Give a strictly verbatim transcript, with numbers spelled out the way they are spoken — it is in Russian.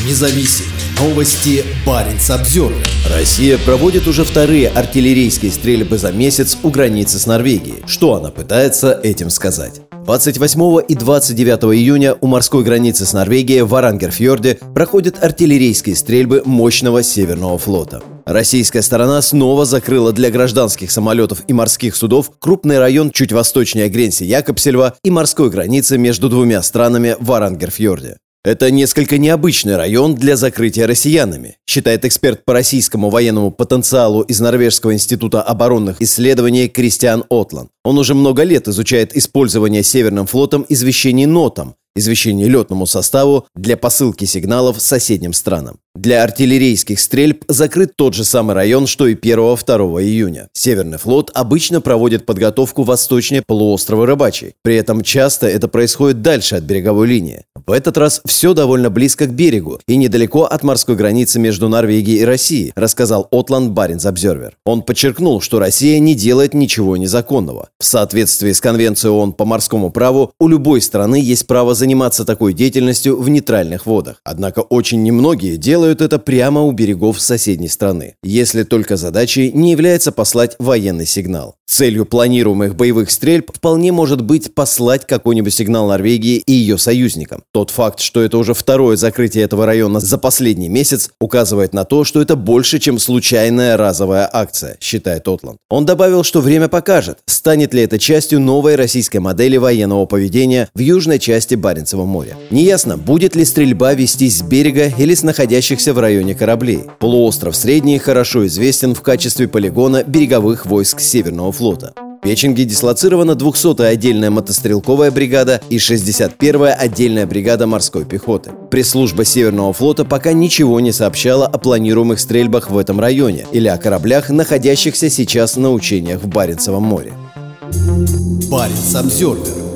независим. Новости Баренц-Обзервер. Россия проводит уже вторые артиллерийские стрельбы за месяц у границы с Норвегией. Что она пытается этим сказать? двадцать восьмого и двадцать девятого июня у морской границы с Норвегией в Варангерфьорде проходят артиллерийские стрельбы мощного Северного флота. Российская сторона снова закрыла для гражданских самолетов и морских судов крупный район чуть восточнее Гренси-Якобсельва и морской границы между двумя странами в Варангерфьорде. Это несколько необычный район для закрытия россиянами, считает эксперт по российскому военному потенциалу из Норвежского института оборонных исследований Кристиан Отланд. Он уже много лет изучает использование Северным флотом извещений нотам, извещений летному составу для посылки сигналов соседним странам. Для артиллерийских стрельб закрыт тот же самый район, что и первого-второго июня. Северный флот обычно проводит подготовку восточнее полуострова Рыбачий. При этом часто это происходит дальше от береговой линии. В этот раз все довольно близко к берегу и недалеко от морской границы между Норвегией и Россией, рассказал Отланд Баренц-Обзервер. Он подчеркнул, что Россия не делает ничего незаконного. В соответствии с Конвенцией ООН по морскому праву у любой страны есть право заниматься такой деятельностью в нейтральных водах. Однако очень немногие делают это прямо у берегов соседней страны, если только задачей не является послать военный сигнал. Целью планируемых боевых стрельб вполне может быть послать какой-нибудь сигнал Норвегии и ее союзникам. Тот факт, что это уже второе закрытие этого района за последний месяц, указывает на то, что это больше, чем случайная разовая акция, считает Отланд. Он добавил, что время покажет, станет ли это частью новой российской модели военного поведения в южной части Баренцева моря. Неясно, будет ли стрельба вестись с берега или с находящихся в районе кораблей. Полуостров Средний хорошо известен в качестве полигона береговых войск Северного флота. В Печенге дислоцирована двухсотая отдельная мотострелковая бригада и шестьдесят первая отдельная бригада морской пехоты. Пресс-служба Северного флота пока ничего не сообщала о планируемых стрельбах в этом районе или о кораблях, находящихся сейчас на учениях в Баренцевом море. Баренц-Обзервер.